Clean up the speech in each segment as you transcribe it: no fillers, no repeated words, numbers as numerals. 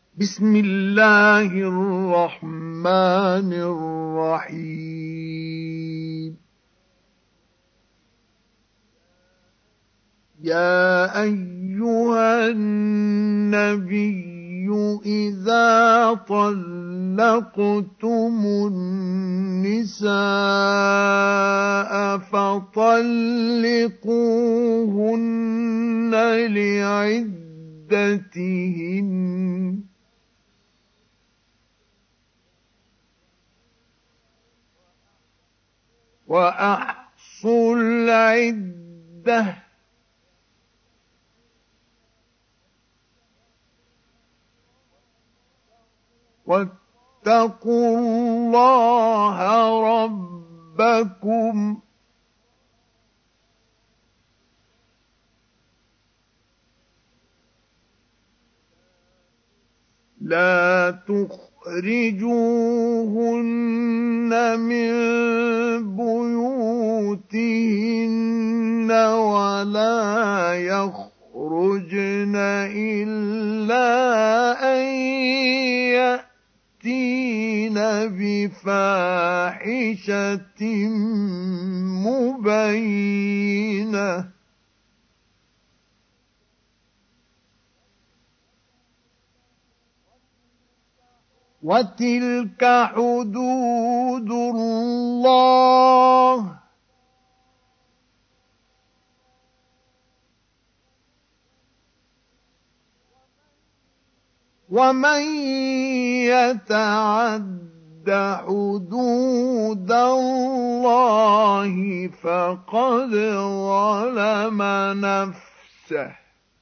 بسم الله الرحمن الرحيم. يا أيها النبي إذا طلقتم النساء فطلقوهن لعدتهن وأحصوا العدة واتقوا الله ربكم لا تخرجوهن من بيوتهن ولا يخرجن إلا أن يأتين بفاحشة مبينة وتلك حدود الله ومن يتعد حدود الله فقد ظلم نفسه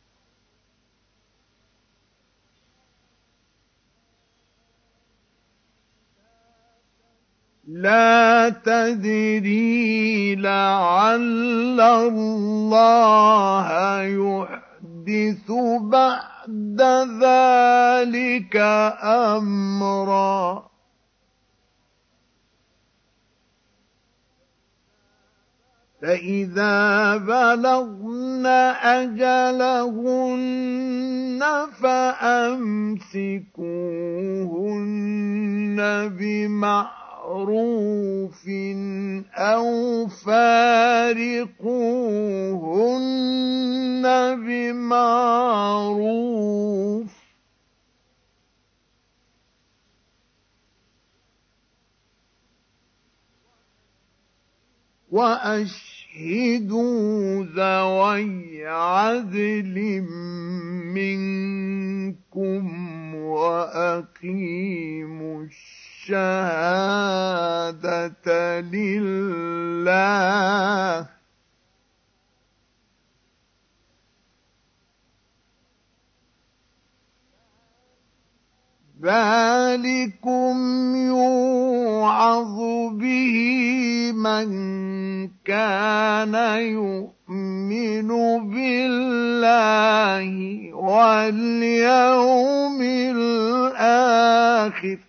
لا تدري لعل الله يحدث بعد ذلك أمرا فإذا بلغن أجلهن فأمسكوهن بمعروف أو فارقوهن بمعروف وأشهدوا ذوي عدل منكم وأقيموا الشهادة لله ذلكم يوعظ به من كان يؤمن بالله واليوم الآخر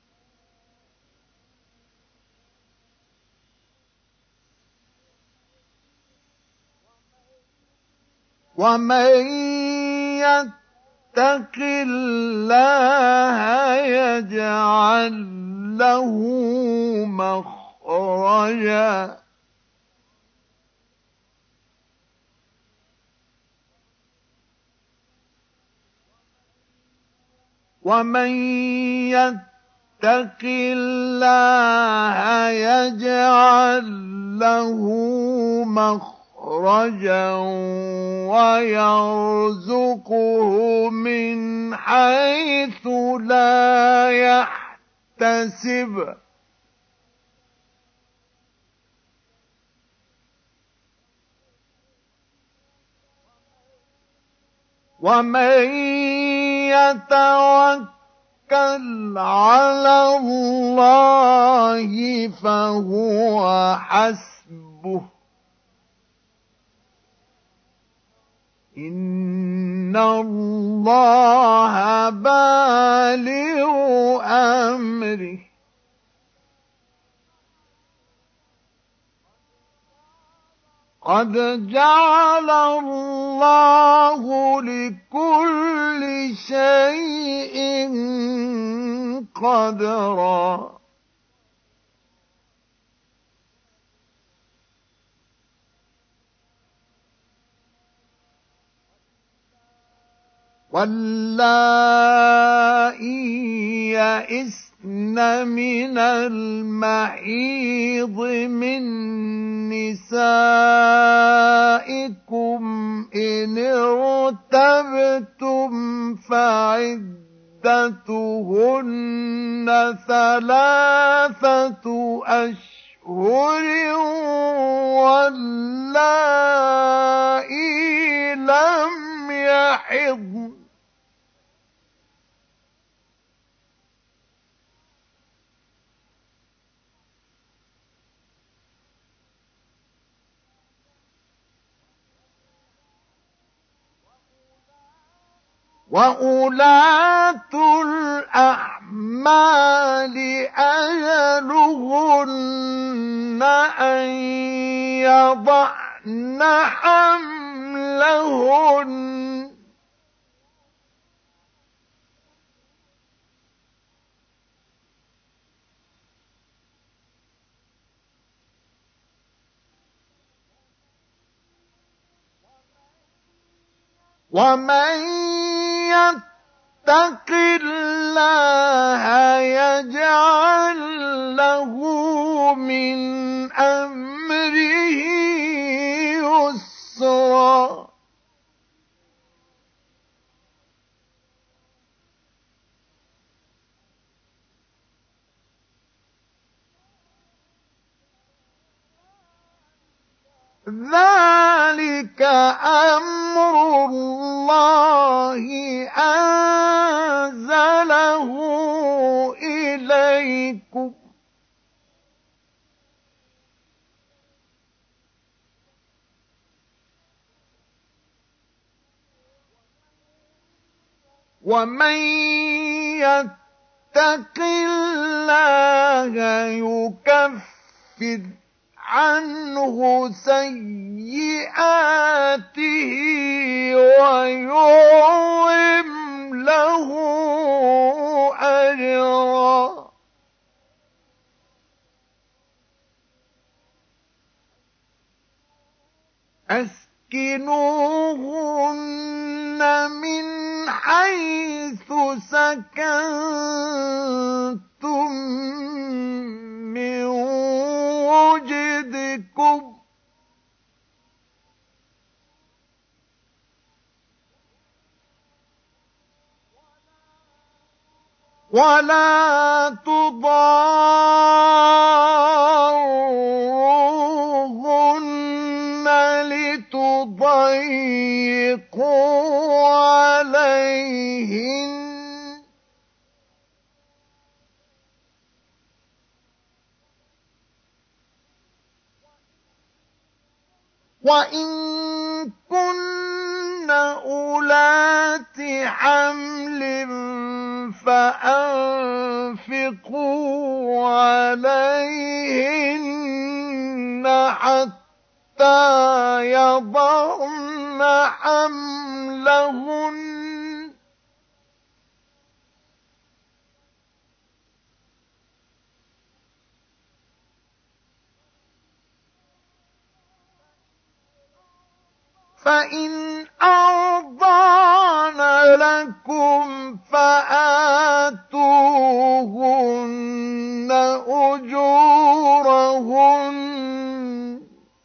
ومن يتق الله يجعل له مخرجا ومن يتق الله يجعل له مخرجا ويرزقه من حيث لا يحتسب ومن يتوكل على الله فهو حسبه إن الله بالغ أمره قد جعل الله لكل شيء قدرا واللائي يئسن من المحيض من نسائكم إن ارتبتم فعدتهن 3 أشهر واللائي لم يحضن وأولاة الأحمال أجلهن أن يضعن حملهن ومن يتق الله يجعل له من أمره يسرا ذلك أمر الله أنزله إليكم ومن يتق الله يكفر عنه سيئاته ويعظم له أجرا أسكنوهن من حيث سكنتم من وجدكم ولا تضاروهن لتضيقوا عليهن وإن كن أولات حمل فأنفقوا عليهن حتى يضعن حملهن فإن أرضعن لكم فآتوهن أجورهن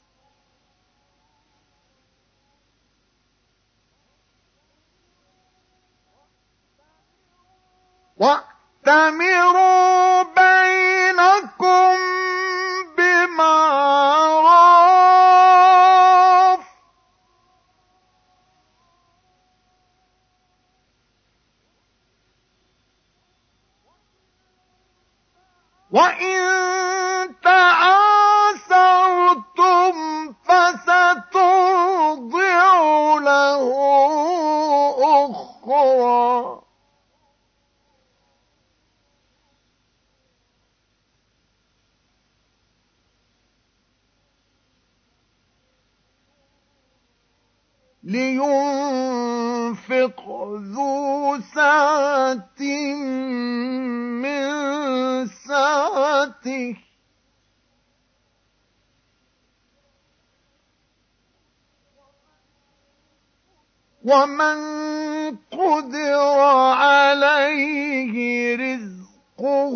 وَأْتَمِرُوا بَيْنَكُمْ بِمَعْرُوفٍ ۖ وَإِن تَعَاسَرْتُمْ فَسَتُرْضِعُ لَهُ أُخْرَىٰ لينفق ذو سعة من ومن قدر عليه رزقه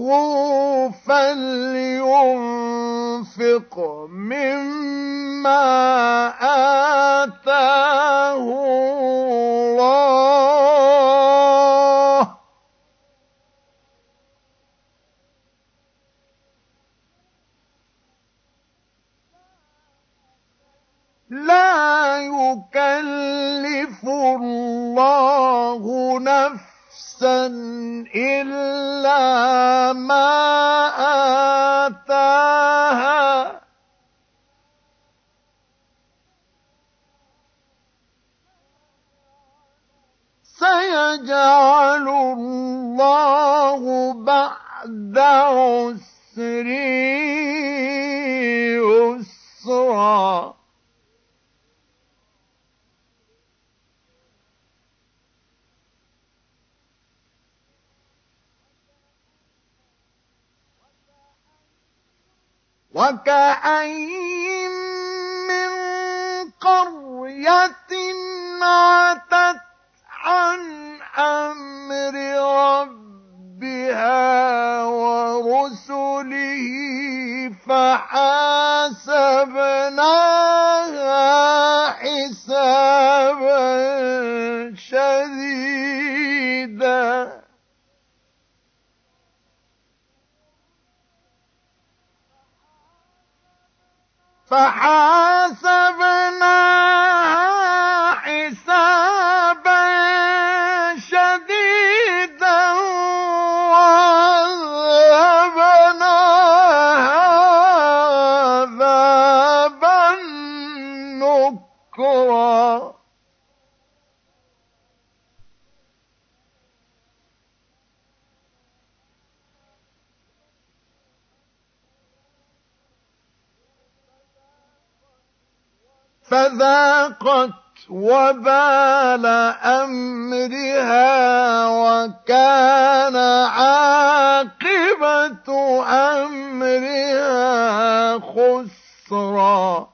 فلينفق مما آتاه الله لا يكلف الله نفسا إلا ما آتاها سيجعل الله بعد عسر يسرا وكأين من قرية عتت عن أمر ربها ورسله فحاسبناها حسابا شديدا وعذبناها عذابا نكرا فذاقت وبال أمرها وكان عاقبة أمرها خسرا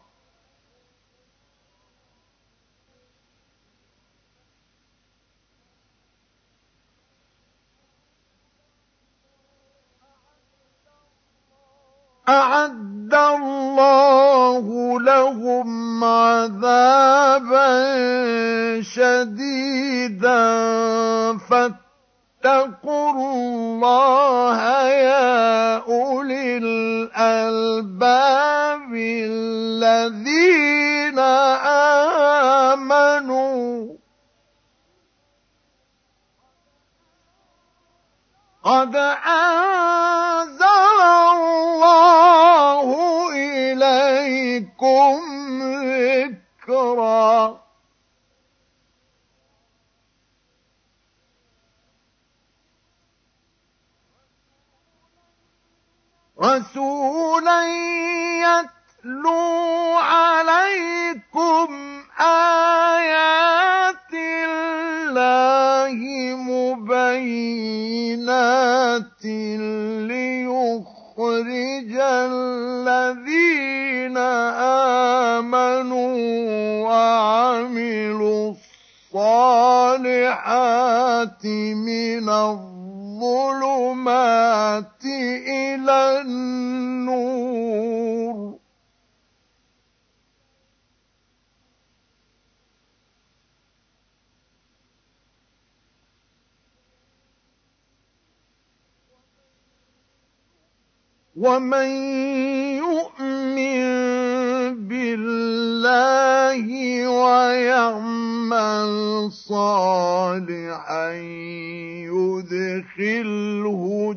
أعد الله لهم عذابا شديدا فاتقوا الله يا أولي الألباب الذين آمنوا قد أنزل الله إليكم ذكرا رسولا يتلو عليكم آيات الله مبينات ليخرج الذين آمنوا وعملوا الصالحات من الظلمات إلى النور ومن يؤمن بالله ويعمل صالحا يدخله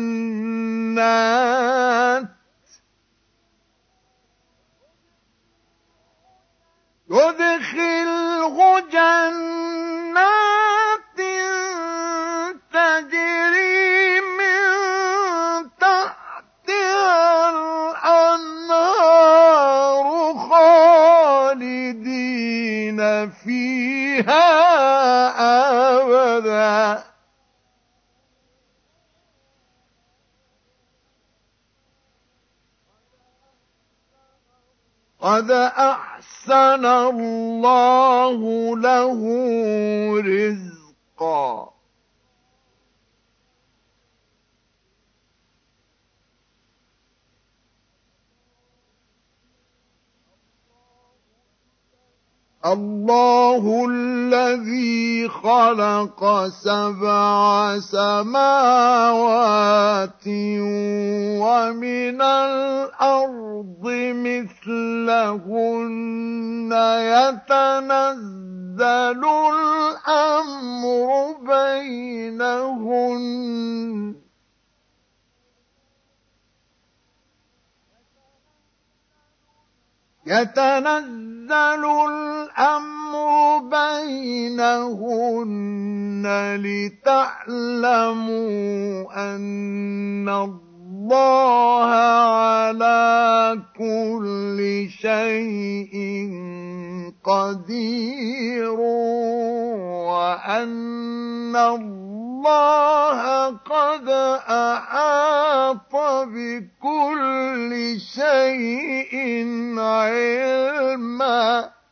جنات تجري من تحتها الأنهار خالدين فيها أبدا قد أحسن الله له رزقا الله الذي خلق 7 سماوات ومن الأرض مثلهن يتنزل الأمر بينهن لتعلموا أن الله على كل شيء قدير وأن الله قد أحاط بكل شيء علما